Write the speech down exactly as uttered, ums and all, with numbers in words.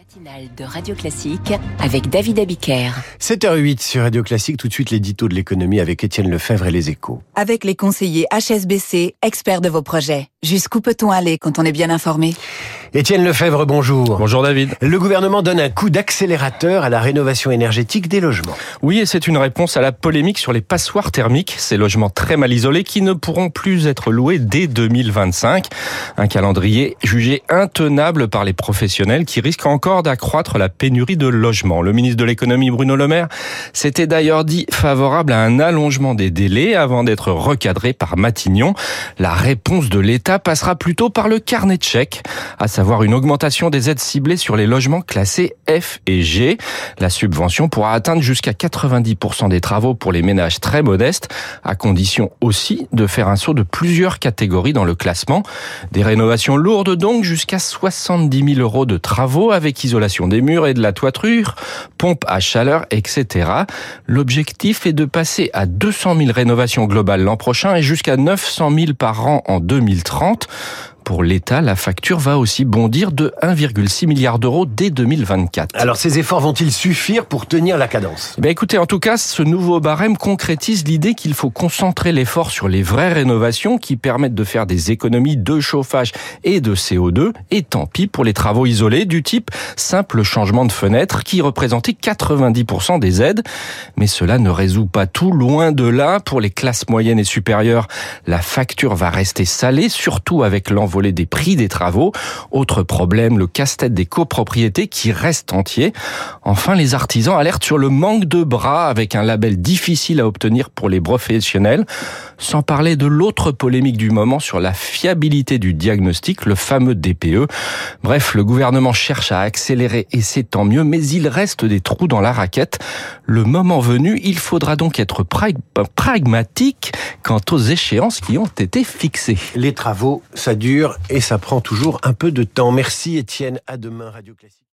Matinale de Radio Classique avec David Abiker. sept heures huit sur Radio Classique, tout de suite l'édito de l'économie avec Étienne Lefebvre et les Échos. Avec les conseillers H S B C, experts de vos projets. Jusqu'où peut-on aller quand on est bien informé ? Étienne Lefebvre, bonjour. Bonjour David. Le gouvernement donne un coup d'accélérateur à la rénovation énergétique des logements. Oui, et c'est une réponse à la polémique sur les passoires thermiques, ces logements très mal isolés qui ne pourront plus être loués dès deux mille vingt-cinq. Un calendrier jugé intenable par les professionnels qui risquent encore d'accroître la pénurie de logements. Le ministre de l'économie Bruno Le Maire s'était d'ailleurs dit favorable à un allongement des délais avant d'être recadré par Matignon. La réponse de l'État passera plutôt par le carnet de chèques, à savoir une augmentation des aides ciblées sur les logements classés F et G. La subvention pourra atteindre jusqu'à quatre-vingt-dix pour cent des travaux pour les ménages très modestes, à condition aussi de faire un saut de plusieurs catégories dans le classement. Des rénovations lourdes donc, jusqu'à soixante-dix mille euros de travaux avec isolation des murs et de la toiture, pompe à chaleur, et cetera. L'objectif est de passer à deux cent mille rénovations globales l'an prochain et jusqu'à neuf cent mille par an en deux mille trente. Pour l'État, la facture va aussi bondir de un virgule six milliard d'euros dès deux mille vingt-quatre. Alors ces efforts vont-ils suffire pour tenir la cadence ? Ben écoutez, en tout cas, ce nouveau barème concrétise l'idée qu'il faut concentrer l'effort sur les vraies rénovations qui permettent de faire des économies de chauffage et de C O deux. Et tant pis pour les travaux isolés du type simple changement de fenêtre qui représentait quatre-vingt-dix pour cent des aides. Mais cela ne résout pas tout, loin de là. Pour les classes moyennes et supérieures, la facture va rester salée, surtout avec l'envoi des prix des travaux. Autre problème, le casse-tête des copropriétés qui reste entier. Enfin, les artisans alertent sur le manque de bras avec un label difficile à obtenir pour les professionnels. Sans parler de l'autre polémique du moment sur la fiabilité du diagnostic, le fameux D P E. Bref, le gouvernement cherche à accélérer et c'est tant mieux, mais il reste des trous dans la raquette. Le moment venu, il faudra donc être prag- pragmatique quant aux échéances qui ont été fixées. Les travaux, ça dure et ça prend toujours un peu de temps. Merci Étienne, à demain Radio Classique.